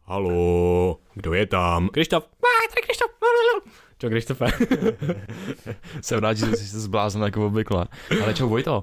Halo, kdo je tam? Krištof. Tady Krištof. Čau, Krištofe. Jsem rád, že jsi se zbláznil jako obvykle. Ale čau Vojto,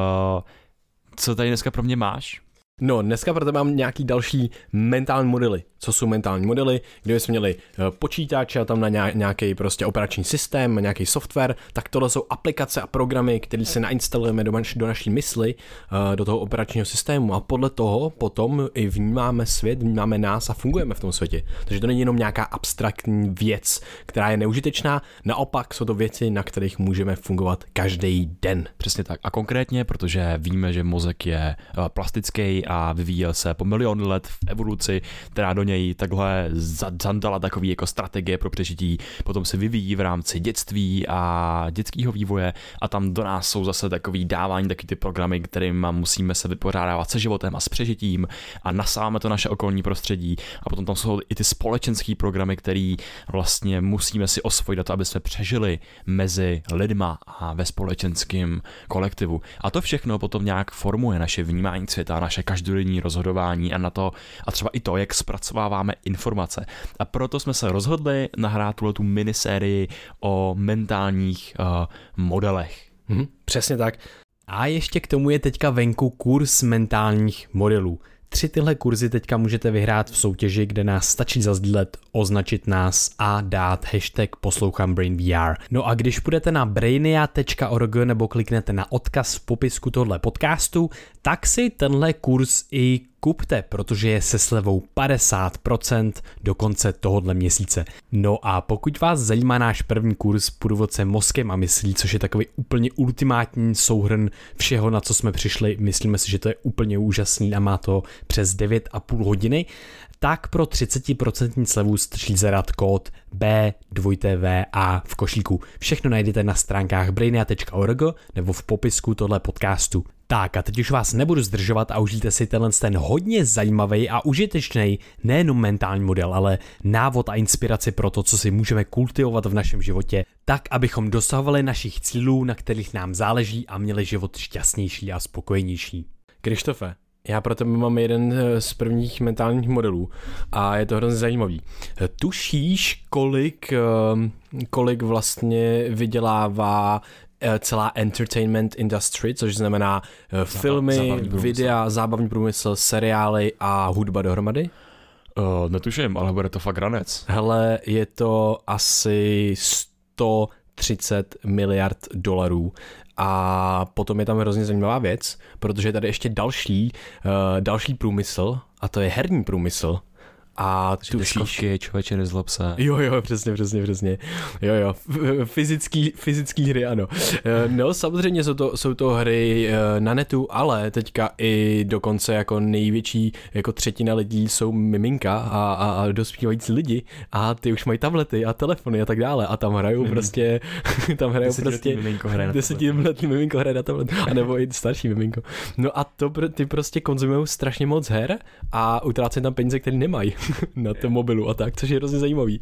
co tady dneska pro mě máš? No, dneska pro tebe mám nějaký další mentální modely. Co jsou mentální modely? Kdybychom měli počítač a tam na nějaký prostě operační systém, nějaký software, tak tohle jsou aplikace a programy, které si nainstalujeme do naší mysli, do toho operačního systému a podle toho potom i vnímáme svět, vnímáme nás a fungujeme v tom světě. Takže to není jenom nějaká abstraktní věc, která je neužitečná, naopak jsou to věci, na kterých můžeme fungovat každý den. Přesně tak. A konkrétně, protože víme, že mozek je plastický a vyvíjel se po miliony let v evoluci, která do něj takhle zadala takový jako strategie pro přežití, potom se vyvíjí v rámci dětství a dětského vývoje a tam do nás jsou zase takový dávání, taky ty programy, kterým musíme se vypořádávat se životem a s přežitím a nasáváme to naše okolní prostředí a potom tam jsou i ty společenské programy, které vlastně musíme si osvojit na to, aby jsme přežili mezi lidma a ve společenském kolektivu. A to všechno potom nějak formuje naše vnímání světa, naše každodenní rozhodování a na to a třeba i to, jak zpracováváme informace. A proto jsme se rozhodli nahrát tu minisérii o mentálních modelech. Přesně tak. A ještě k tomu je teďka venku kurz mentálních modelů. 3 tyhle kurzy teďka můžete vyhrát v soutěži, kde nás stačí zazdílet, označit nás a dát hashtag poslouchám BrainVR. No a když půjdete na brainia.org nebo kliknete na odkaz v popisku tohle podcastu, tak si tenhle kurz i kupte, protože je se slevou 50% do konce tohohle měsíce. No a pokud vás zajímá náš první kurz Průvodce mozkem a myslí, což je takový úplně ultimátní souhrn všeho, na co jsme přišli, myslíme si, že to je úplně úžasný a má to přes 9,5 hodiny, tak pro 30% slevu stačí zadat kód B2TVA v košíku. Všechno najdete na stránkách brainia.org nebo v popisku tohle podcastu. Tak a teď už vás nebudu zdržovat a užijte si ten hodně zajímavý a užitečný nejenom mentální model, ale návod a inspiraci pro to, co si můžeme kultivovat v našem životě, tak abychom dosahovali našich cílů, na kterých nám záleží a měli život šťastnější a spokojenější. Krištofe, já pro tebe mám jeden z prvních mentálních modelů a je to hrozně zajímavý. Tušíš, kolik vlastně vydělává celá entertainment industry, což znamená filmy, videa, zábavní průmysl, seriály a hudba dohromady? Netuším, ale bude to fakt ranec. Hele, je to asi 130 miliard dolarů. A potom je tam hrozně zajímavá věc, protože je tady ještě další průmysl, a to je herní průmysl. A tušíš, člověče, nezlob se. Jo, přesně. Jo, fyzický hry, ano. No, samozřejmě jsou to hry na netu, ale teďka i dokonce jako největší, jako třetina lidí jsou miminka a dospívající lidi a ty už mají tablety a telefony a tak dále a tam hrajou prostě, desetiletý miminko hraje na tablet, anebo i starší miminko. No a ty prostě konzumují strašně moc her a utrácejí tam peníze, které nemají na tom mobilu a tak, což je hrozně zajímavý.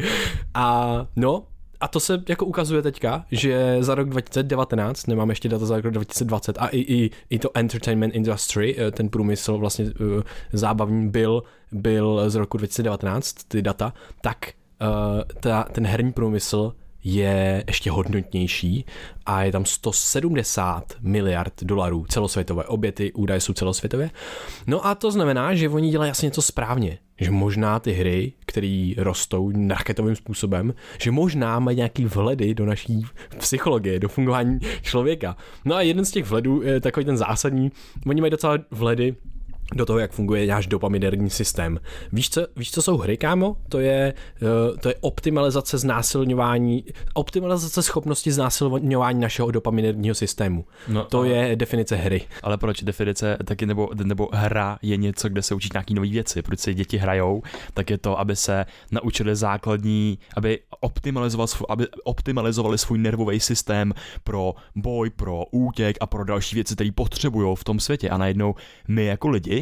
A to se jako ukazuje teďka, že za rok 2019, nemám ještě data za rok 2020 a i to entertainment industry, ten průmysl vlastně zábavní byl z roku 2019, ty data, tak ten herní průmysl je ještě hodnotnější a je tam 170 miliard dolarů celosvětové. Obě ty údaje jsou celosvětové. No a to znamená, že oni dělají asi něco správně. Že možná ty hry, které rostou raketovým způsobem, že možná mají nějaký vhledy do naší psychologie, do fungování člověka. No a jeden z těch vhledů je takový ten zásadní. Oni mají docela vhledy do toho, jak funguje náš dopaminergní systém. Víš, co jsou hry, kámo? To je optimalizace schopnosti znásilňování našeho dopaminergního systému. No, to je definice hry. Ale proč definice taky nebo hra je něco, kde se učí nějaký nový věci? Proč se děti hrajou? Tak je to, aby se naučili základní, aby optimalizovali svůj nervový systém pro boj, pro útěk a pro další věci, které potřebují v tom světě. A najednou my jako lidi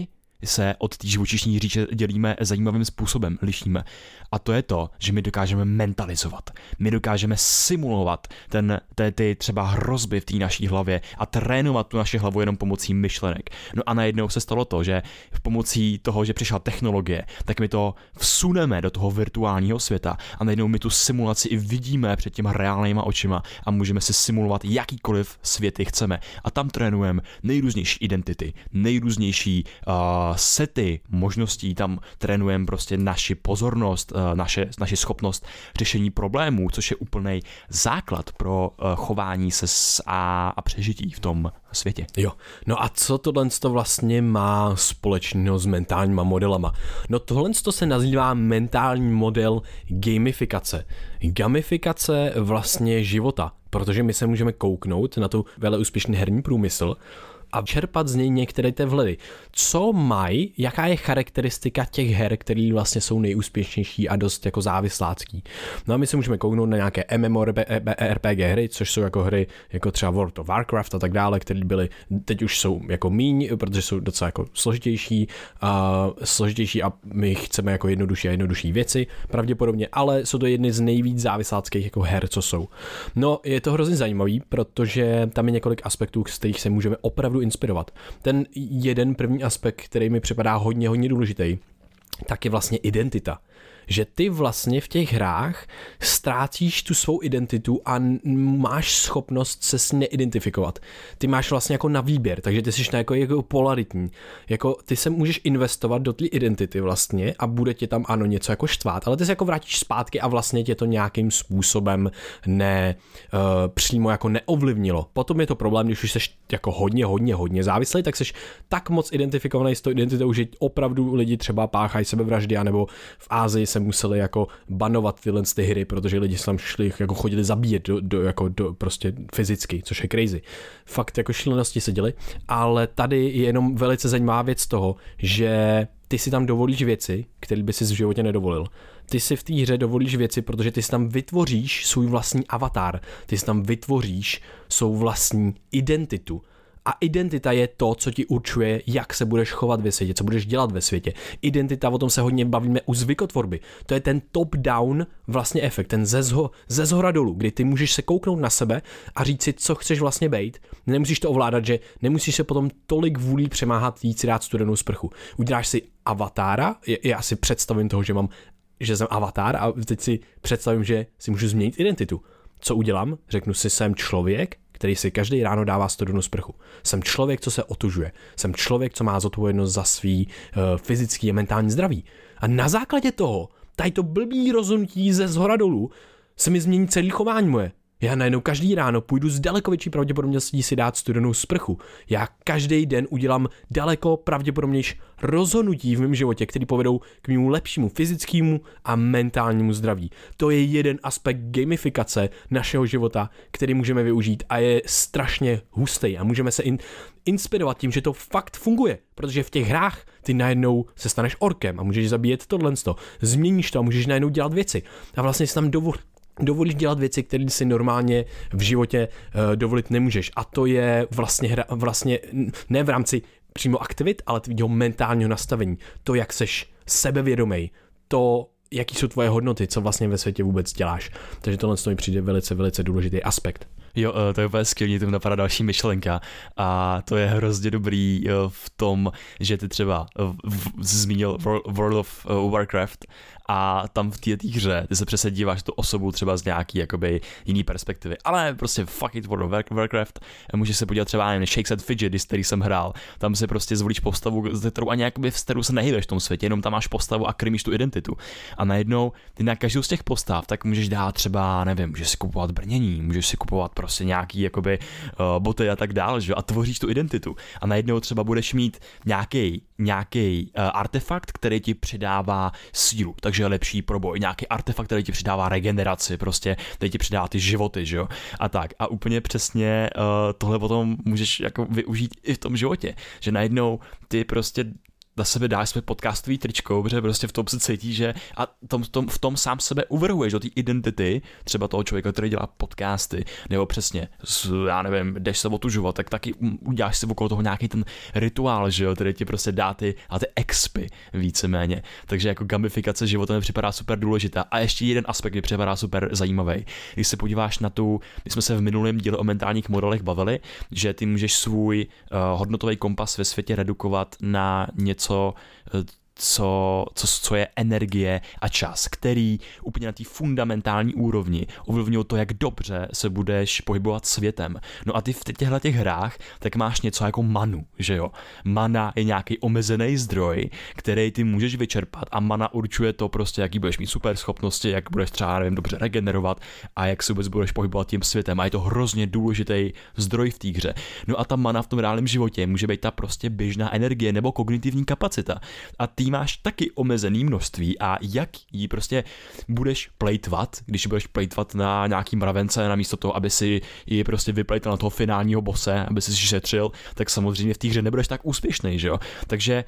se od té živočišní říče dělíme zajímavým způsobem, lišíme. A to je to, že my dokážeme mentalizovat. My dokážeme simulovat ty třeba hrozby v té naší hlavě a trénovat tu naši hlavu jenom pomocí myšlenek. No a najednou se stalo to, že pomocí toho, že přišla technologie, tak my to vsuneme do toho virtuálního světa a najednou my tu simulaci i vidíme před těma reálnýma očima a můžeme si simulovat jakýkoliv světy chceme. A tam trénujeme nejrůznější identity, nejrůznější sety možností, tam trénujeme prostě naši pozornost, naši schopnost řešení problémů, což je úplný základ pro chování se a přežití v tom světě. Jo, no a co tohle vlastně má společného s mentálníma modelama? No tohle se nazývá mentální model gamifikace. Gamifikace vlastně života, protože my se můžeme kouknout na tu veleúspěšný herní průmysl a čerpat z něj některé ty vhledy. Co mají, jaká je charakteristika těch her, které vlastně jsou nejúspěšnější a dost jako závislácký. No a my se můžeme kouknout na nějaké MMORPG hry, což jsou jako hry jako třeba World of Warcraft a tak dále, které byly, teď už jsou jako míň, protože jsou docela jako složitější a my chceme jako jednodušší věci pravděpodobně, ale jsou to jedny z nejvíc závisláckých jako her, co jsou. No je to hrozně zajímavý, protože tam je několik aspektů, z kterých se můžeme opravdu inspirovat. Ten jeden první aspekt, který mi připadá hodně důležitý, tak je vlastně identita. Že ty vlastně v těch hrách ztrácíš tu svou identitu a máš schopnost se s ní neidentifikovat. Ty máš vlastně jako na výběr, takže ty jsi jako polaritní. Jako ty se můžeš investovat do té identity vlastně a bude tě tam ano něco jako štvát, ale ty se jako vrátíš zpátky a vlastně tě to nějakým způsobem přímo jako neovlivnilo. Potom je to problém, když už jsi jako hodně závislý, tak jsi tak moc identifikovaný s tou identitou, že opravdu lidi třeba páchají sebevraždy, anebo v Ázii se museli jako banovat tyhle ty hry, protože lidi se tam šli, jako chodili zabíjet do prostě fyzicky, což je crazy. Fakt jako šílenosti se děly, ale tady je jenom velice zajímavá věc toho, že ty si tam dovolíš věci, které by si v životě nedovolil. Ty si v té hře dovolíš věci, protože ty si tam vytvoříš svůj vlastní avatar, ty si tam vytvoříš svou vlastní identitu. A identita je to, co ti určuje, jak se budeš chovat ve světě, co budeš dělat ve světě. Identita, o tom se hodně bavíme u zvykotvorby. To je ten top-down vlastně efekt, ten ze zhora dolů, kdy ty můžeš se kouknout na sebe a říct si, co chceš vlastně být. Nemusíš to ovládat, že nemusíš se potom tolik vůlí přemáhat, jít si dát studenou sprchu. Uděláš si avatára, já si představím toho, že jsem avatar a teď si představím, že si můžu změnit identitu. Co udělám? Řeknu si, jsem člověk, který si každý ráno dává studenou sprchu. Jsem člověk, co se otužuje. Jsem člověk, co má zodpovědnost za svý fyzický a mentální zdraví. A na základě toho, tady to blbý rozhodnutí ze zhora dolů, se mi změní celý chování moje. Já najednou každý ráno půjdu s daleko větší pravděpodobností si dát studenou sprchu. Já každý den udělám daleko pravděpodobnější rozhodnutí v mém životě, který povedou k mému lepšímu fyzickému a mentálnímu zdraví. To je jeden aspekt gamifikace našeho života, který můžeme využít a je strašně hustý a můžeme se inspirovat tím, že to fakt funguje, protože v těch hrách ty najednou se staneš orkem a můžeš zabíjet tohle, změníš to a můžeš najednou dělat věci. A vlastně si tam dovolíš dělat věci, které si normálně v životě dovolit nemůžeš. A to je vlastně ne v rámci přímo aktivit, ale tvýho mentálního nastavení. To, jak seš sebevědomý, to, jaký jsou tvoje hodnoty, co vlastně ve světě vůbec děláš. Takže tohle mi přijde velice důležitý aspekt. Jo, to je úplně skvělý, to mi napadá další myšlenka a to je hrozně dobrý v tom, že ty třeba zmínil World of Warcraft a tam v té hře ty se přesně díváš tu osobu třeba z nějaký jakoby jiný perspektivy, ale prostě fuck it World of Warcraft, můžeš se podívat třeba na Shakes and Fidget, který jsem hrál, tam si prostě zvolíš postavu, kterou ani jakoby v kterou se nehýbeš v tom světě, jenom tam máš postavu a krmíš tu identitu a najednou ty na každou z těch postav tak můžeš dát třeba, nevím, můžeš si kupovat brnění, můžeš si kupovat prostě nějaký jakoby boty a tak dále, že? A tvoříš tu identitu a najednou třeba budeš mít nějaký artefakt, který ti přidává sílu, takže je lepší pro boj, nějaký artefakt, který ti přidává regeneraci, prostě, který ti přidává ty životy, že jo, a tak. A úplně přesně tohle potom můžeš jako využít i v tom životě, že najednou ty prostě na sebe dáš své podcastový tričko, protože prostě v tom se cítí, že a v tom sám sebe uvrhuješ do té identity, třeba toho člověka, který dělá podcasty, nebo přesně, já nevím, jdeš se otužovat, tak taky uděláš si okolo toho nějaký ten rituál, že jo, který ti prostě dá ty expy víceméně. Takže jako gamifikace života mi připadá super důležitá. A ještě jeden aspekt mi připadá super zajímavý. Když se podíváš na my jsme se v minulém díle o mentálních modelech bavili, že ty můžeš svůj hodnotový kompas ve světě redukovat na něco, co je energie a čas, který úplně na té fundamentální úrovni ovlivňují to, jak dobře se budeš pohybovat světem. No a ty v těchto hrách tak máš něco jako manu, že jo? Mana je nějaký omezený zdroj, který ty můžeš vyčerpat a mana určuje to prostě, jaký budeš mít super schopnosti, jak budeš třeba, nevím, dobře regenerovat a jak se vůbec budeš pohybovat tím světem. A je to hrozně důležitý zdroj v té hře. No a ta mana v tom reálném životě může být ta prostě běžná energie nebo kognitivní kapacita. A ty máš taky omezený množství a jak jí prostě budeš plejtvat, když budeš plejtvat na nějaký mravence namísto toho, aby si ji prostě vyplejtal na toho finálního bose, aby si šetřil, tak samozřejmě v té hře nebudeš tak úspěšný, že jo? Takže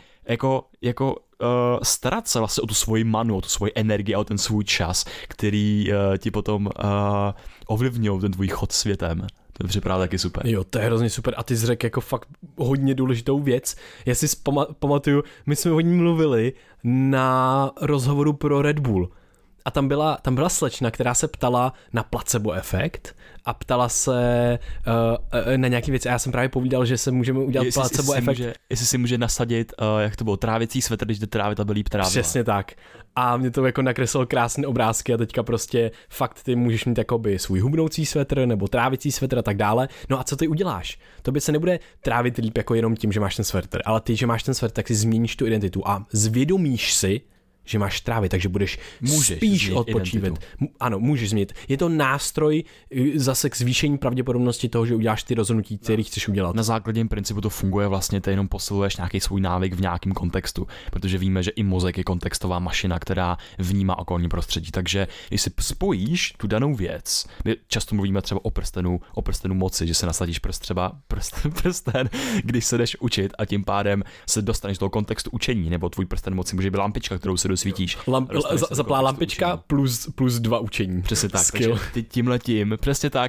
starat se vlastně o tu svoji manu, o tu svoji energii a o ten svůj čas, který ti potom ovlivňují ten tvůj chod světem. To mi připadá taky super. Jo, to je hrozně super a ty jsi řekl jako fakt hodně důležitou věc. Já si pamatuju, my jsme o ní mluvili na rozhovoru pro Red Bull a tam byla slečna, která se ptala na placebo efekt a ptala se na nějaký věci a já jsem právě povídal, že se můžeme udělat placebo efekt. Jestli si může nasadit, jak to bylo, trávicí svetr, když jde trávit, aby líp trávila. Přesně tak. A mě to jako nakreslilo krásné obrázky a teďka prostě fakt ty můžeš mít jakoby svůj hubnoucí svetr nebo trávicí svetr a tak dále. No a co ty uděláš? Tobě se nebude trávit líp jako jenom tím, že máš ten svetr, ale ty, že máš ten svetr, tak si změníš tu identitu a zvědomíš si, že máš trávy, takže můžeš spíš odpočívat. Ano, můžeš změnit. Je to nástroj zase k zvýšení pravděpodobnosti toho, že uděláš ty rozhodnutí, které chceš udělat. Na základním principu to funguje vlastně, ty jenom posiluješ nějaký svůj návyk v nějakém kontextu, protože víme, že i mozek je kontextová mašina, která vnímá okolní prostředí. Takže když si spojíš tu danou věc, my často mluvíme třeba o prstenu moci, že se nasadíš prsten, když se jdeš učit a tím pádem se dostaneš do toho kontextu učení, nebo tvůj prsten moci může být lampička, kterou se svítíš. Zaplá lampička plus 2 učení. Přesně tak. Takže ty tímhletím,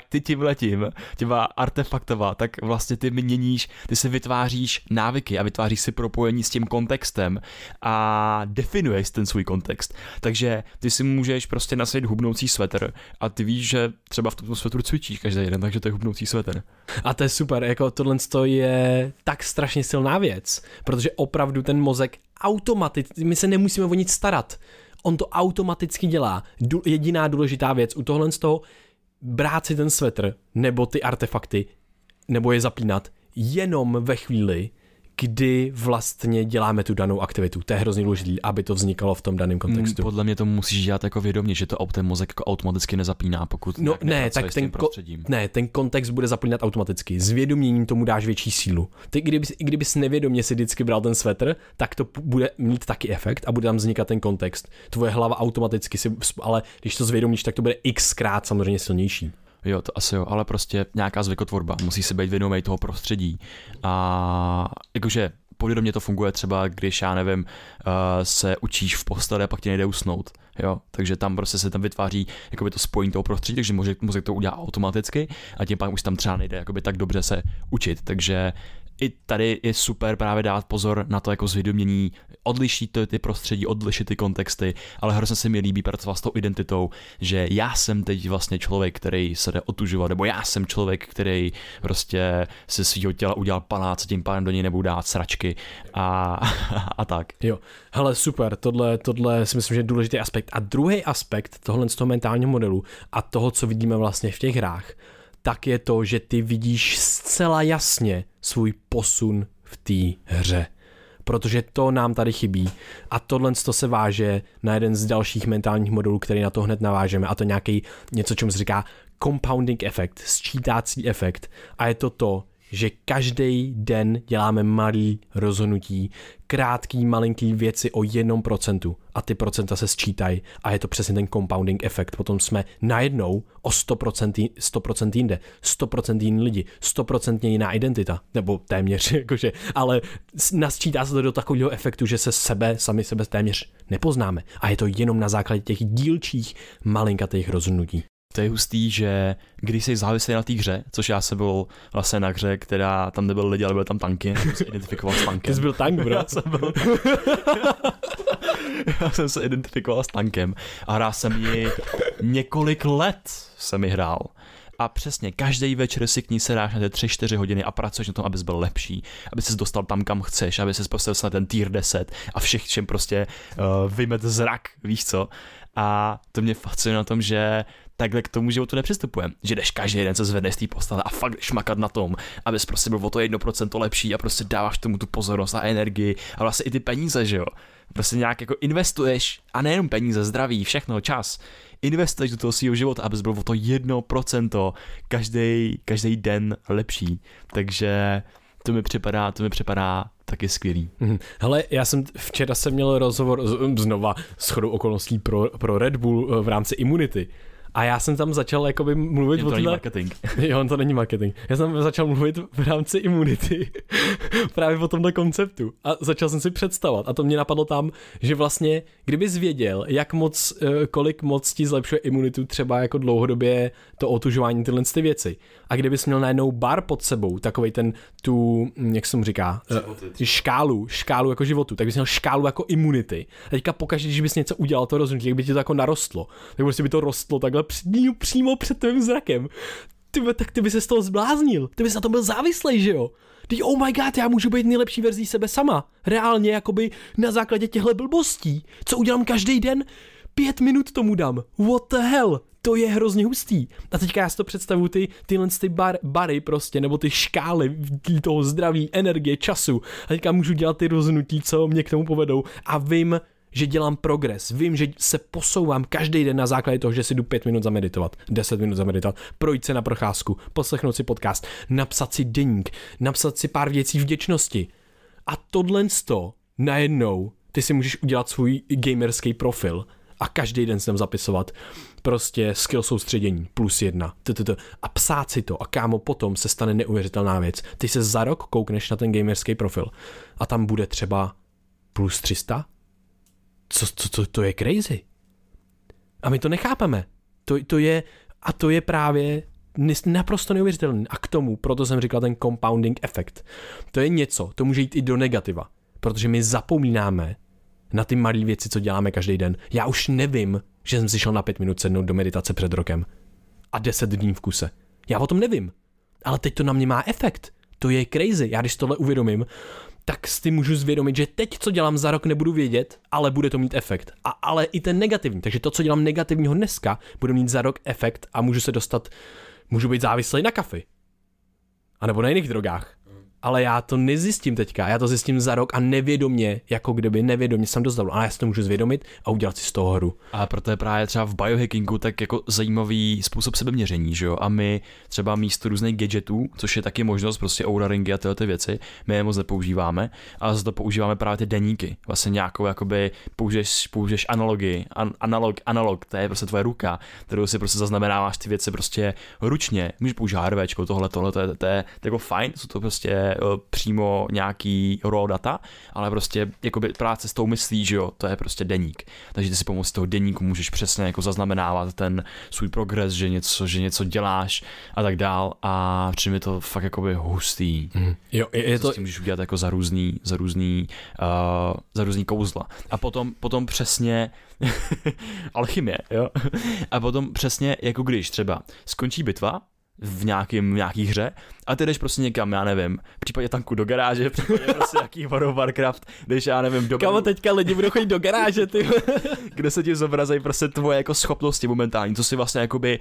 těma artefaktova, tak vlastně ty měníš, ty si vytváříš návyky a vytváříš si propojení s tím kontextem a definuješ ten svůj kontext. Takže ty si můžeš prostě nasadit hubnoucí svetr a ty víš, že třeba v tomto svetru cvičíš každý den, takže to je hubnoucí svetr. A to je super, jako tohle je tak strašně silná věc, protože opravdu ten mozek automaticky, my se nemusíme o nic starat. On to automaticky dělá. Jediná důležitá věc u tohle z toho brát si ten svetr nebo ty artefakty nebo je zapínat jenom ve chvíli, kdy vlastně děláme tu danou aktivitu. To je hrozně důležité, aby to vznikalo v tom daném kontextu. Podle mě to musíš dělat jako vědomě, že to ten mozek jako automaticky nezapíná, pokud ten kontext bude zapínat automaticky. S vědoměním tomu dáš větší sílu. Ty, kdybys nevědomě si vždycky bral ten svetr, tak to bude mít taky efekt a bude tam vznikat ten kontext. Tvoje hlava automaticky ale když to zvědomíš, tak to bude xkrát samozřejmě silnější. Jo, to asi jo, ale prostě nějaká zvykotvorba, musí si být vědomý toho prostředí a jakože podvědomě to funguje třeba, když já nevím, se učíš v posteli a pak ti nejde usnout, jo, takže tam prostě se tam vytváří jakoby to spojení toho prostředí, takže mozek to udělá automaticky a tím pádem už tam třeba nejde jakoby tak dobře se učit, takže i tady je super právě dát pozor na to jako zvědomění, odlišit ty prostředí, odlišit ty kontexty, ale hrozně se mi líbí pracovat s tou identitou, že já jsem teď vlastně člověk, který se jde otužovat, nebo já jsem člověk, který prostě se svýho těla udělal palác, tím pádem do něj nebudu dát sračky a tak. Jo, hele super, tohle si myslím, že je důležitý aspekt. A druhý aspekt tohle z toho mentálního modelu a toho, co vidíme vlastně v těch hrách, tak je to, že ty vidíš zcela jasně svůj posun v té hře. Protože to nám tady chybí. A tohle se váže na jeden z dalších mentálních modelů, který na to hned navážeme. A to něco, čemu se říká compounding efekt, sčítací efekt. A je to, že každý den děláme malý rozhodnutí, krátký, malinký věci o 1% a ty procenta se sčítají a je to přesně ten compounding efekt. Potom jsme najednou o 100% jinde, 100% jiný lidi, 100% jiná identita, nebo téměř, jakože, ale nasčítá se to do takového efektu, že se sami sebe téměř nepoznáme a je to jenom na základě těch dílčích malinkatých rozhodnutí. To je hustý, že když jsi závislý na té hře, což já jsem byl vlastně na hře, která tam nebyl lidi, ale byly tam tanky, jsem se identifikoval s tankem. Ty jsi byl tank, bro? Já jsem se identifikoval s tankem a hrál jsem ji několik let jsem ji hrál. A přesně, každý večer si k ní sedáš na ty 3-4 hodiny a pracuješ na tom, abys byl lepší, aby ses dostal tam, kam chceš, aby ses postavil na ten tier 10 a všem prostě vymet zrak, víš co? A to mě fascinuje na tom, že takhle k tomu životu nepřistupujeme. Že jdeš každý den se zvedneš z té postele a fakt jdeš makat na tom, abys prostě byl o to 1% lepší a prostě dáváš tomu tu pozornost a energii a vlastně i ty peníze, že jo. Prostě nějak jako investuješ a nejenom peníze, zdraví, všechno, čas. Investuješ do toho svého života, abys byl o to 1% každý den lepší. Takže to mi připadá taky skvělý. Hele, včera jsem měl rozhovor znova shodou okolností pro Red Bull v rámci Immunity. A já jsem tam začal jakoby mluvit o tohle... marketing. Jo, to není marketing. Já jsem začal mluvit v rámci Immunity právě o tomhle konceptu. A začal jsem si představovat. A to mě napadlo tam, že vlastně, kdybys věděl, kolik moc ti zlepšuje imunitu třeba jako dlouhodobě to otužování tyhle ty věci. A kdybys měl najednou bar pod sebou, takovej jak se mu říká, škálu jako životu, tak bys měl škálu jako imunity. A teďka pokaždé, když bys něco udělal, to rozhodnutí, jak by ti to jako narostlo. Tak prostě by to rostlo takhle přímo před tvým zrakem. Tak ty by se z toho zbláznil. Ty bys na tom byl závislej, že jo? Oh my god, já můžu být nejlepší verzí sebe sama. Reálně jakoby na základě těchto blbostí. Co udělám každý den? 5 minut tomu dám. What the hell? To je hrozně hustý. A teďka já si to představuju tyhle bary prostě, nebo ty škály toho zdraví, energie, času. A teďka můžu dělat ty rozhodnutí, co mě k tomu povedou. A vím, že dělám progres, vím, že se posouvám každý den na základě toho, že si jdu 5 minut zameditovat, 10 minut zameditovat, projít se na procházku, poslechnout si podcast, napsat si deník, napsat si pár věcí vděčnosti. A tohle najednou ty si můžeš udělat svůj gamerský profil a každý den sem zapisovat prostě skill soustředění +1 a psát si to a kámo potom se stane neuvěřitelná věc. Ty se za rok koukneš na ten gamerský profil a tam bude třeba +300. To je crazy. A my to nechápeme. To je právě naprosto neuvěřitelné. A k tomu, proto jsem říkal ten compounding efekt. To je něco, to může jít i do negativa. Protože my zapomínáme na ty malé věci, co děláme každý den. Já už nevím, že jsem si šel na 5 minut sednout do meditace před rokem. A 10 dní v kuse. Já o tom nevím. Ale teď to na mě má efekt. To je crazy. Já když tohle uvědomím, tak si můžu zvědomit, že teď, co dělám za rok, nebudu vědět, ale bude to mít efekt. Ale i ten negativní. Takže to, co dělám negativního dneska, bude mít za rok efekt a můžu být závislý na kafi. A nebo na jiných drogách. Ale já to nezjistím teďka, já to zjistím za rok a nevědomě jsem dostal. Ale já si to můžu zvědomit a udělat si z toho hru. A proto je právě třeba v biohackingu tak jako zajímavý způsob sebeměření, že jo? A my třeba místo různých gadgetů, což je taky možnost, prostě Oura ringy a tyhle ty věci, my je moc nepoužíváme, ale za to používáme právě ty deníky. Vlastně nějakou jakoby použiješ analogii, analog, to je prostě tvoje ruka, kterou si prostě zaznamenáváš ty věci prostě ručně. Můžeš použít HRVčko, tohle, to je jako fajn, jsou to prostě přímo nějaký raw data, ale prostě jakoby práce s tou myslí, že jo, to je prostě deník. Takže ty si pomocí toho deníku můžeš přesně jako zaznamenávat ten svůj progres, že něco děláš a tak dál a přijde mi to fakt jakoby hustý. Jo, je to... S tím můžeš udělat jako za různý kouzla. A potom přesně alchymie, jo. A potom přesně jako když třeba skončí bitva v nějaký hře a ty jdeš prostě někam, já nevím, v případě tanku do garáže, v případě prostě nějaký World of Warcraft, jdeš, já nevím, do... Kamo, teďka lidi budou chodit do garáže, ty. Kde se ti zobrazejí prostě tvoje jako schopnosti momentální, co si vlastně jakoby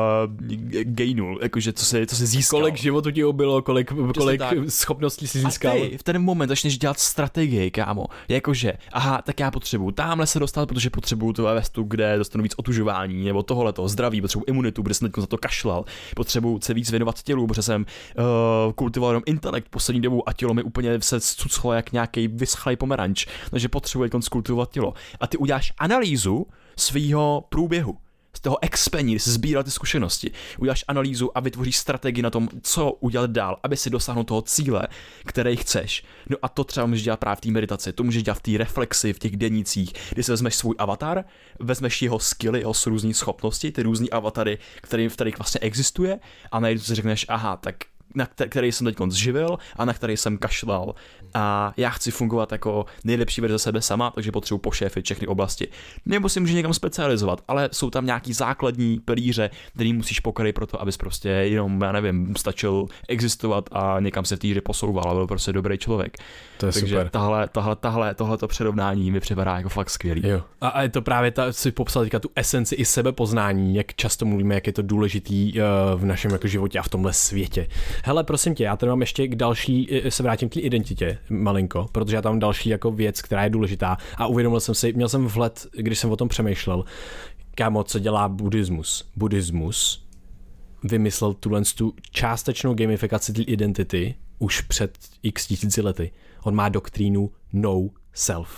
gainul, jakože co si získal. Kolik životu ti ubilo, kolik schopností si získal. A ty v ten moment začneš dělat strategii, kámo, jakože, aha, tak já potřebuju tamhle se dostat, protože potřebuju tu vestu, kde dostanu víc otužování, nebo tohleto, zdraví, potřebuju imunitu, protože jsem teď za to kašlal, potřebuju potřebuji se víc věnovat tělu, protože jsem kultivoval jenom intelekt poslední dobu a tělo mi úplně se cuclo jak nějaký vyschlej pomeranč, takže potřebuji kultivovat tělo. A ty uděláš analýzu svýho průběhu, z toho expení, kdy jsi sbíral ty zkušenosti. Uděláš analýzu a vytvoříš strategii na tom, co udělat dál, aby si dosáhnul toho cíle, který chceš. No a to třeba můžeš dělat právě v té meditaci, to můžeš dělat v té reflexi, v těch denících, kdy si vezmeš svůj avatar, vezmeš jeho skilly, jeho různé schopnosti, ty různý avatary, v kterých vlastně existuje a najednou si řekneš, aha, tak na který jsem teď zživil a na který jsem kašlal. A já chci fungovat jako nejlepší verze sebe sama, takže potřebuji pošéfit všechny oblasti. Nebo si můžeš někam specializovat, ale jsou tam nějaký základní pilíře, který musíš pokryt pro to, abys prostě jenom, já nevím, stačil existovat a někam se v té hře posouval a byl prostě dobrý člověk. To je takže super. Tohleto přirovnání mi připadá jako fakt skvělý. Jo. A je to právě si popsal teďka tu esenci i sebepoznání, jak často mluvíme, jak je to důležitý v našem jako životě a v tomhle světě. Hele, prosím tě, já tady mám ještě k další, se vrátím k té identitě malinko, protože já tam mám další jako věc, která je důležitá a uvědomil jsem si, měl jsem vhled, když jsem o tom přemýšlel, kámo, co dělá buddhismus. Buddhismus vymyslel tu částečnou gamifikaci té identity už před x tisíci lety. On má doktrínu no self.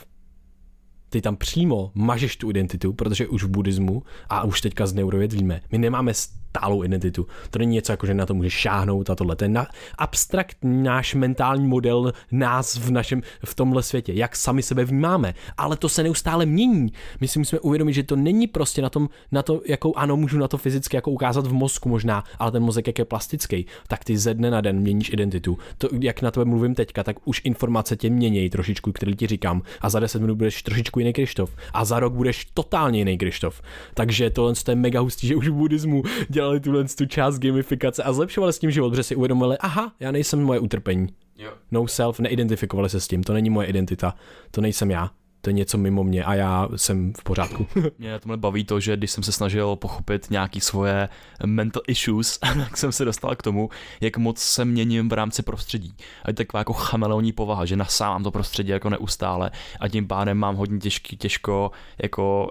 Ty tam přímo mažeš tu identitu, protože už v buddhismu a už teďka z neurověd víme, my nemáme stálou identitu. To není něco jako, že na to můžeš šáhnout a tohle. To je abstraktní náš mentální model nás v tomhle světě, jak sami sebe vnímáme. Ale to se neustále mění. My si musíme uvědomit, že to není prostě na to, jakou ano, můžu na to fyzicky jako ukázat v mozku možná, ale ten mozek jak je plastický, tak ty ze dne na den měníš identitu. To, jak na tebe mluvím teďka, tak už informace tě mění trošičku, které ti říkám. A za 10 minut budeš trošičku jiný Krištof. A za rok budeš totálně jiný Krištof. Takže tohle je mega hustý, že už v buddhismu dělali tu část gamifikace a zlepšovali s tím život, protože si uvědomili, aha, já nejsem moje utrpení. Jo. No self, neidentifikovali se s tím, to není moje identita, to nejsem já. To je něco mimo mě a já jsem v pořádku. Mě na tomhle baví to, že když jsem se snažil pochopit nějaký svoje mental issues, tak jsem se dostal k tomu, jak moc se měním v rámci prostředí. A je taková jako chameleonní povaha, že nasávám to prostředí jako neustále a tím pádem mám hodně těžko jako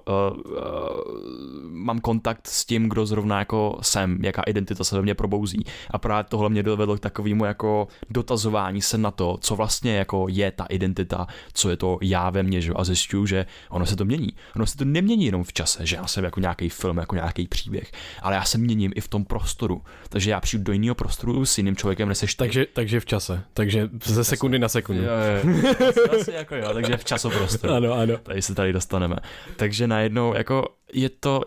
mám kontakt s tím, kdo zrovna jako jsem, jaká identita se ve mně probouzí. A právě tohle mě dovedlo k takovému jako dotazování se na to, co vlastně jako je ta identita, co je to já ve mně, že? A zjišťuju, že ono se to mění. Ono se to nemění jenom v čase, že já jsem jako nějaký film, jako nějaký příběh, ale já se měním i v tom prostoru. Takže já přijdu do jiného prostoru s jiným člověkem, než seš ty. Takže v čase. Takže ze sekundy na sekundu. Jo. Asi jako jo, takže v časoprostoru. Ano. Tady se tady dostaneme. Takže najednou jako je to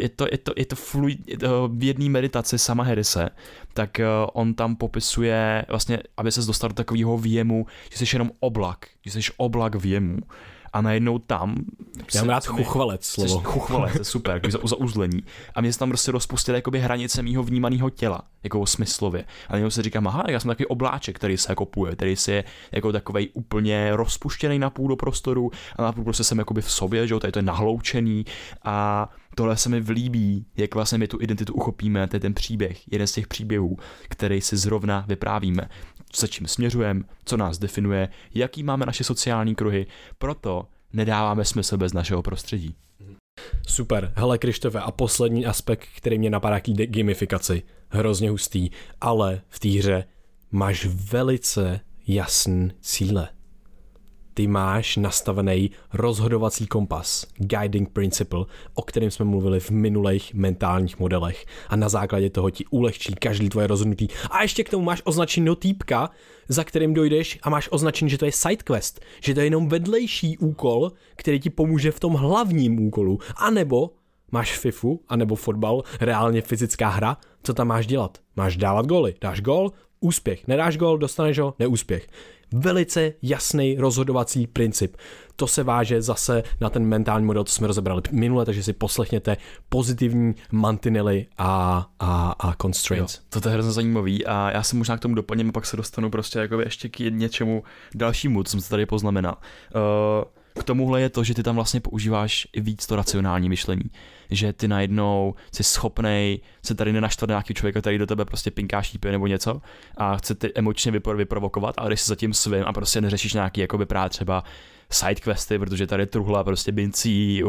v jedné meditaci Sama Harrise, tak on tam popisuje vlastně, aby ses dostal do takového věmu, že jsi jenom oblak, že jsi oblak věmu. A najednou tam... Já mám rád chuchvalec slovo. Chuchvalec, je super, jako za uzlení. A mě se tam prostě rozpustily jakoby hranice mýho vnímaného těla, jako smyslově. A najednou si říkám, aha, já jsem takový obláček, který se jako půjde, který si je jako takovej úplně rozpuštěný napůl do prostoru a napůl prostě jsem jakoby v sobě, že jo, tady to je nahloučený a tohle se mi vlíbí, jak vlastně my tu identitu uchopíme, to je ten příběh, jeden z těch příběhů, který si zrovna vyprávíme, za čím směřujeme, co nás definuje, jaký máme naše sociální kruhy, proto nedáváme smysl bez našeho prostředí. Super, hele Krištofe, a poslední aspekt, který mě napadá k gamifikaci, hrozně hustý, ale v té hře máš velice jasný cíle. Ty máš nastavený rozhodovací kompas, guiding principle, o kterém jsme mluvili v minulých mentálních modelech a na základě toho ti ulehčí každý tvoje rozhodnutí. A ještě k tomu máš označený týpka, za kterým dojdeš a máš označený, že to je side quest, že to je jenom vedlejší úkol, který ti pomůže v tom hlavním úkolu. A nebo máš FIFU, anebo fotbal, reálně fyzická hra, co tam máš dělat? Máš dávat góly, dáš gól, úspěch, nedáš gól, dostaneš ho, neúspěch. Velice jasný rozhodovací princip. To se váže zase na ten mentální model, co jsme rozebrali minule, takže si poslechněte pozitivní mantinely a constraints. Jo, to je hrozně zajímavý a já se možná k tomu doplním a pak se dostanu prostě jako ještě k něčemu dalšímu, co jsem se tady poznamenal. K tomuhle je to, že ty tam vlastně používáš i víc to racionální myšlení. Že ty najednou jsi schopnej se tady nenaštvat nějaký člověk, který do tebe prostě pinká šípy nebo něco a chce ty emočně vyprovokovat, ale když jsi zatím svým a prostě neřešíš nějaký jakoby právě třeba sidequesty, protože tady truhla prostě bincí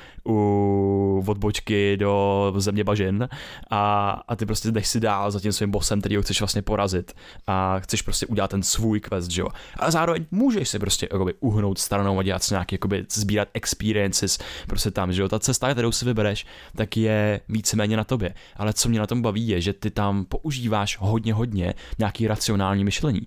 u odbočky do země bažin a ty prostě jdeš si dál za tím svým bossem, který ho chceš vlastně porazit a chceš prostě udělat ten svůj quest, že jo. Ale zároveň můžeš si prostě jakoby uhnout stranou a dělat si nějaký, jakoby sbírat experiences prostě tam, že jo. Ta cesta, kterou si vybereš, tak je víceméně na tobě. Ale co mě na tom baví je, že ty tam používáš hodně nějaký racionální myšlení.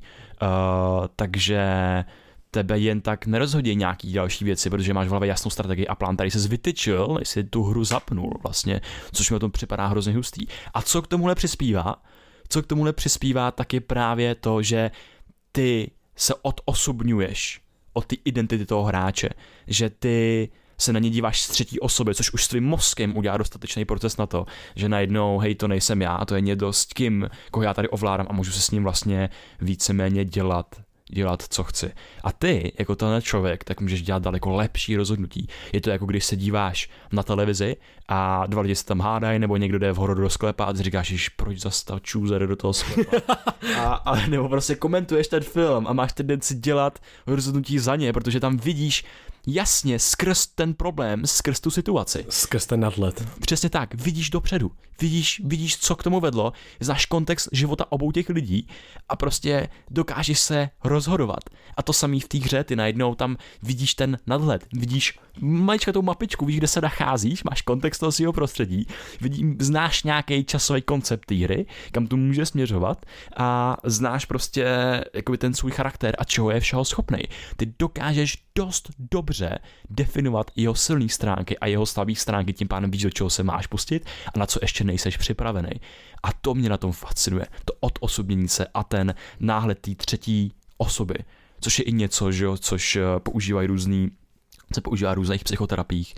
Takže tebe jen tak nerozhodí nějaký další věci, protože máš v hlavě jasnou strategii a plán, tady se vytyčil, jestli tu hru zapnul vlastně, což mi o tom připadá hrozně hustý. A co k tomuhle přispívá? Co k tomuhle přispívá, tak je právě to, že ty se odosobňuješ od ty identity toho hráče, že ty se na ně díváš z třetí osoby, což už s tvým mozkem udělá dostatečný proces na to, že najednou, hej, to nejsem já, to je někdo s kým, koho já tady ovládám a můžu se s ním vlastně víceméně dělat, co chci. A ty, jako tenhle člověk, tak můžeš dělat daleko lepší rozhodnutí. Je to jako když se díváš na televizi a dva lidi se tam hádají, nebo někdo jde v hororu do sklepa a ty říkáš, že proč zastal chooser do toho sklepa. a nebo prostě komentuješ ten film a máš tendenci dělat rozhodnutí za ně, protože tam vidíš jasně skrz ten problém, skrz tu situaci. Skrz ten nadhled. Přesně tak, vidíš dopředu, vidíš, co k tomu vedlo, znáš kontext života obou těch lidí a prostě dokážeš se rozhodovat. A to samý v té hře, ty najednou tam vidíš ten nadhled, vidíš maličkatou mapičku, víš, kde se nacházíš, máš kontext toho svého prostředí, znáš nějaký časový koncept té hry, kam tu může směřovat a znáš prostě jakoby ten svůj charakter a čeho je všeho schopnej. Ty dokážeš dost dobře definovat jeho silné stránky a jeho slabé stránky, tím pádem víš, do čeho se máš pustit a na co ještě nejseš připravený. A to mě na tom fascinuje, to odosobnění se a ten náhled té třetí osoby, což je i něco, že jo, což používají se používá v různých psychoterapiích,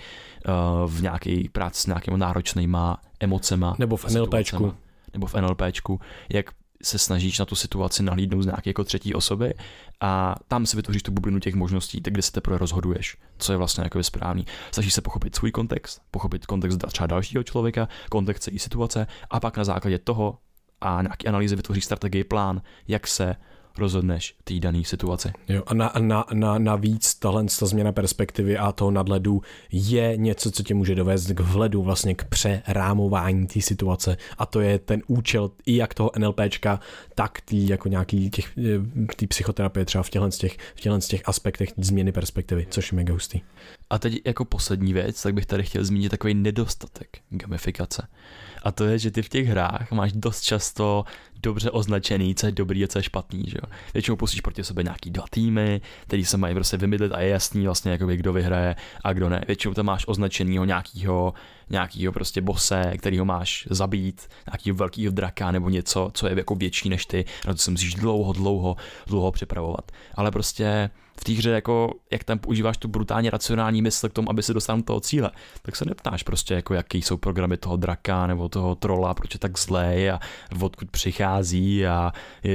v nějaké práci s nějakými náročnýma emocema. Nebo v NLPčku. Nebo v NLPčku, jak se snažíš na tu situaci nahlídnout z nějaké jako třetí osoby a tam si vytvoříš tu bublinu těch možností, tak kde se teprve rozhoduješ, co je vlastně jako správný. Snažíš se pochopit svůj kontext, pochopit kontext třeba dalšího člověka, kontext celé situace a pak na základě toho a nějaký analýzy vytvoříš strategii, plán, jak se rozhodneš v té dané situaci. Jo, a navíc tahle změna perspektivy a toho nadhledu je něco, co tě může dovést k vhledu, vlastně k přerámování té situace a to je ten účel i jak toho NLPčka, tak jako nějaký té psychoterapie třeba v těch aspektech změny perspektivy, což je mega hustý. A teď jako poslední věc, tak bych tady chtěl zmínit takový nedostatek gamifikace. A to je, že ty v těch hrách máš dost často dobře označený, co je dobrý a co je špatný, že jo. Většinou pustíš proti sobě nějaký dva týmy, který se mají prostě vymydlet a je jasný vlastně, jakoby, kdo vyhraje a kdo ne. Většinou tam máš označenýho nějakýho prostě bose, kterýho máš zabít, nějakýho velkýho draka nebo něco, co je jako větší než ty, na to se musíš dlouho připravovat. Ale prostě v té hře, jako, jak tam používáš tu brutálně racionální mysl k tomu, aby se dostal do toho cíle, tak se neptáš prostě, jako, jaký jsou programy toho draka nebo toho trola, proč je tak zlej a odkud přichází a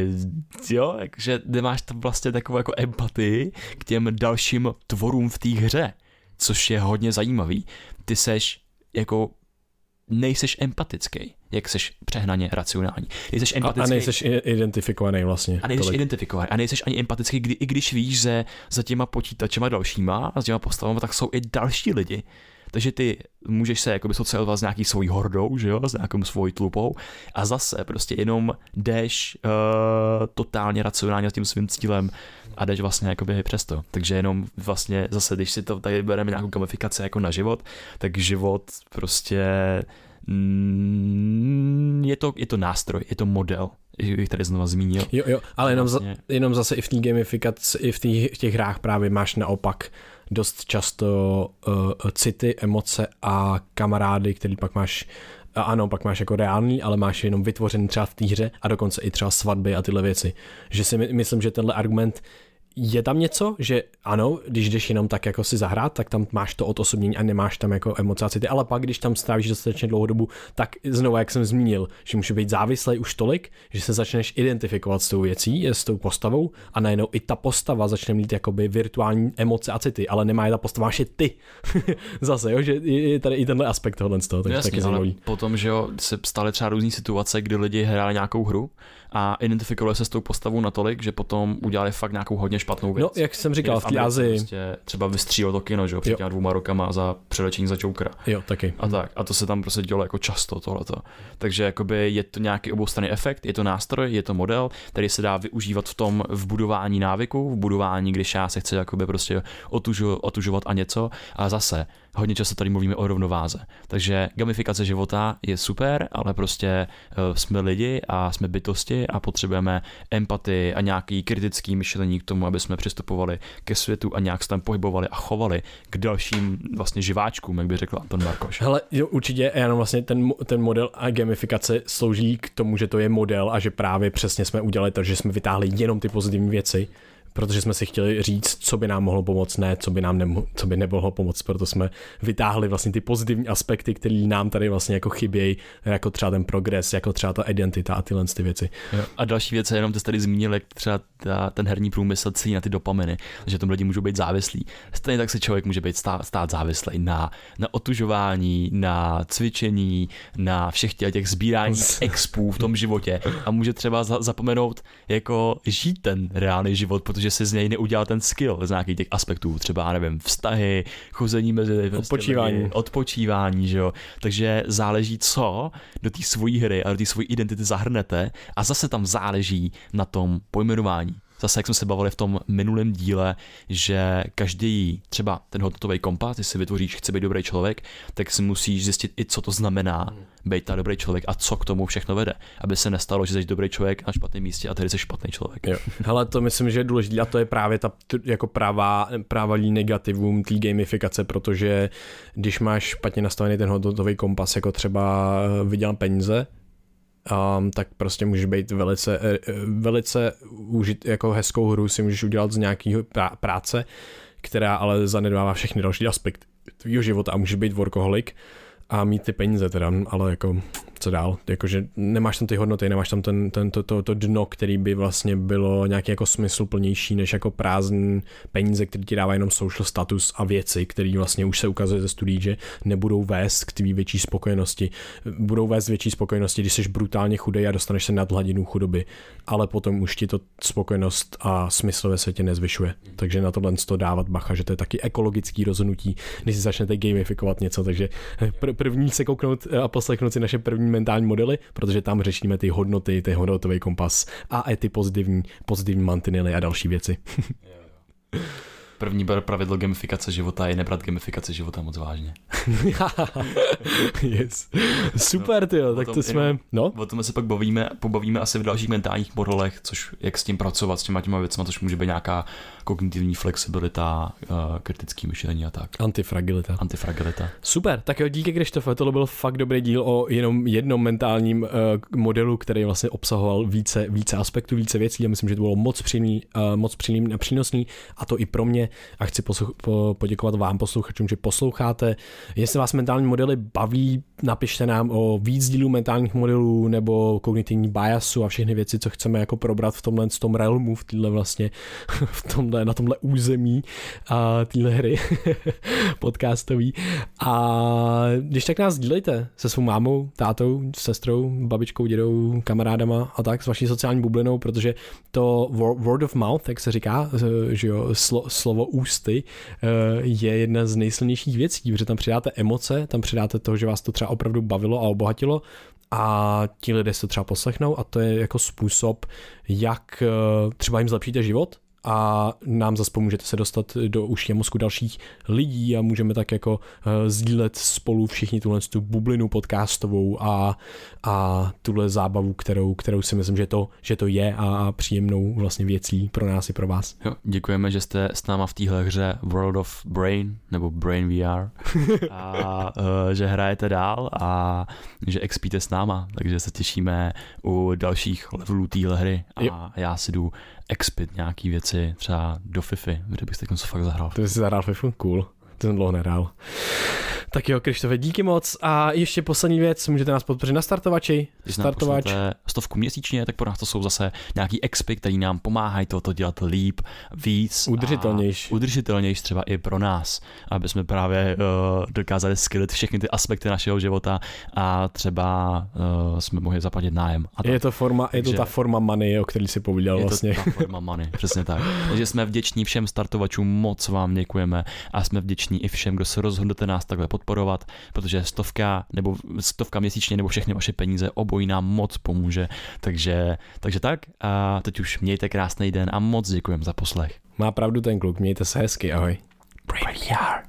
jo, takže nemáš tam vlastně takovou jako empatii k těm dalším tvorům v té hře, což je hodně zajímavý. Ty seš jako nejseš empatický, jak seš přehnaně racionální. Nejseš empatický. A nejseš identifikovaný vlastně. A nejseš identifikovaný. A nejseš ani empatický, i když víš, že za těma počítačema dalšíma a s těma postavama tak jsou i další lidi. Takže ty můžeš se jakoby socializovat s nějaký svojí hordou, že jo, s nějakou svojí tlupou a zase prostě jenom jdeš totálně racionálně s tím svým cílem a jdeš vlastně jakoby přesto. Takže jenom vlastně zase, když si to tady bereme nějakou gamifikaci jako na život, tak život prostě je to nástroj, je to model, bych tady znova zmínil. Jo, ale vlastně jenom zase i v té gamifikaci, i v těch hrách právě máš naopak dost často city, emoce a kamarády, který pak máš, ano, pak máš jako reálný, ale máš jenom vytvořený třeba v té hře a dokonce i třeba svatby a tyhle věci. Že si myslím, že tenhle argument je tam něco, že ano, když jdeš jenom tak jako si zahrát, tak tam máš to odosobnění a nemáš tam jako emoce a city, ale pak, když tam strávíš dostatečně dlouhou dobu, tak znovu, jak jsem zmínil, že může být závislý už tolik, že se začneš identifikovat s tou věcí, s tou postavou a najednou i ta postava začne mít jakoby virtuální emoce a city, ale nemá je ta postava, máš je ty. Zase, jo, že je tady i tenhle aspekt tohle z toho, takže jasně, taky zajímavý. Potom, že jo, se staly třeba různý situace, kdy lidi hráli nějakou hru a identifikovali se s tou postavou natolik, že potom udělali fakt nějakou hodně špatnou věc. No, jak jsem říkal, v té Asii. Prostě třeba vystřílel to kino, že jo, před těma 2 rokama za přelečení za Jokera. Jo, taky. A to se tam prostě dělo jako často tohleto. Takže jakoby je to nějaký oboustranný efekt, je to nástroj, je to model, který se dá využívat v budování návyku, v budování, když já se chci jakoby prostě otužovat a něco. A zase hodně často tady mluvíme o rovnováze. Takže gamifikace života je super, ale prostě jsme lidi a jsme bytosti a potřebujeme empatii a nějaký kritický myšlení k tomu, aby jsme přistupovali ke světu a nějak se tam pohybovali a chovali k dalším vlastně živáčkům, jak by řekl Anton Markoš. Hele, jo, určitě, jenom vlastně ten model a gamifikace slouží k tomu, že to je model a že právě přesně jsme udělali to, že jsme vytáhli jenom ty pozitivní věci, protože jsme si chtěli říct, co by nám mohlo pomoct, ne, co by nemohlo pomoct, proto jsme vytáhli vlastně ty pozitivní aspekty, které nám tady vlastně jako chybějí, jako třeba ten progres, jako třeba ta identita a tyhle ty věci. Jo. A další věc, jenom ty jsi tady zmínil, jak třeba ten herní průmysl cení na ty dopaminy, že tomu lidi můžou být závislí. Stejně tak se člověk může být stát závislý na otužování, na cvičení, na všech těch sbírání expů v tom životě a může třeba zapomenout jako žít ten reálný život, protože si z něj neudělal ten skill z nějakých těch aspektů, třeba, nevím, vztahy, chození mezi odpočívání, že jo. Takže záleží, co do té svojí hry a do té svojí identity zahrnete a zase tam záleží na tom pojmenování. Zase, jak jsme se bavili v tom minulém díle, že každý, třeba ten hodnotový kompas, když si vytvoříš, chci být dobrý člověk, tak si musíš zjistit i, co to znamená být ta dobrý člověk a co k tomu všechno vede, aby se nestalo, že jsi dobrý člověk na špatném místě a tady jsi špatný člověk. Jo. Hele, to myslím, že je důležité a to je právě ta jako pravalý negativum té gamifikace, protože když máš špatně nastavený ten hodnotový kompas, jako třeba vydělat peníze, tak prostě může být velice jako hezkou hru si můžeš udělat z nějakého práce, která ale zanedbává všechny další aspekty tvýho života a může být workoholik a mít ty peníze teda, ale jako co dál, jakože nemáš tam ty hodnoty, nemáš tam to dno, který by vlastně bylo nějaký jako smysluplnější než jako prázdný peníze, které ti dávají jenom social status a věci, které vlastně už se ukazuje ze studií, že nebudou vést k tvý větší spokojenosti. Budou vést větší spokojenosti, když jsi brutálně chudej a dostaneš se nad hladinu chudoby, ale potom už ti to spokojenost a smysl ve světě nezvyšuje. Takže na tohle to dávat bacha, že to je taky ekologický rozhodnutí, když si začnete gamifikovat něco, takže první se kouknout a poslechnout si naše první mentální modely, protože tam řešíme ty hodnoty, ty hodnotový kompas a i ty pozitivní mantinely a další věci. První pravidlo gamifikace života je nebrat gamifikaci života moc vážně. Yes. Super, tyjo, tak to jsme... No? O tom se pak pobavíme asi v dalších mentálních modelech, což jak s tím pracovat, s těma věcma, což může být nějaká kognitivní flexibilita, kritický myšlení a tak. Antifragilita. Super, tak jo, díky Krištofe, tohle byl fakt dobrý díl o jenom jednom mentálním modelu, který vlastně obsahoval více aspektů, více věcí. Já myslím, že to bylo moc příjemný a přínosný a to i pro mě. A chci poděkovat vám posluchačům, že posloucháte. Jestli vás mentální modely baví, napište nám o víc dílů mentálních modelů nebo kognitivní biasu a všechny věci, co chceme jako probrat v tom realmu, v téhle vlastně na tomhle území a téhle hry podcastový. A když tak nás sdílejte se svou mámou, tátou, sestrou, babičkou, dědou, kamarádama a tak s vaší sociální bublinou, protože to word of mouth, jak se říká, že jo, slovo ústy je jedna z nejsilnějších věcí, protože tam přidáte emoce, tam přidáte to, že vás to třeba opravdu bavilo a obohatilo a ti lidé se to třeba poslechnou a to je jako způsob, jak třeba jim zlepšíte život a nám zase pomůžete se dostat do uší a mozku dalších lidí a můžeme tak jako sdílet spolu všichni tu bublinu podcastovou a tuhle zábavu, kterou si myslím, že to je a příjemnou vlastně věcí pro nás i pro vás. Jo, děkujeme, že jste s náma v téhle hře World of Brain nebo Brain VR a že hrajete dál a že expíte s náma, takže se těšíme u dalších levelů téhle hry a já si jdu expit nějaký věci, třeba do FIFA, kde bych teď něco fakt zahrál. Ty jsi zahrál FIFA? Cool. To jsem dlouho nehrál. Tak jo, Krištofe, díky moc. A ještě poslední věc, můžete nás podpořit na startovači. Startovač. 100 měsíčně, tak pro nás to jsou zase nějaký expy, který nám pomáhají toto dělat líp, víc. Udržitelnější třeba i pro nás, aby jsme právě dokázali skillit všechny ty aspekty našeho života a třeba jsme mohli zaplatit nájem. Je to ta forma money, o který si povídal vlastně. Je to ta forma money, přesně tak. Takže jsme vděční všem startovačům, moc vám děkujeme a jsme vděční i všem, kdo se rozhodnete nás takhle podporovat, protože 100 měsíčně nebo všechny vaše peníze obojí nám moc pomůže. Takže tak a teď už mějte krásný den a moc děkujeme za poslech. Má pravdu ten kluk, mějte se hezky, ahoj. Brain VR.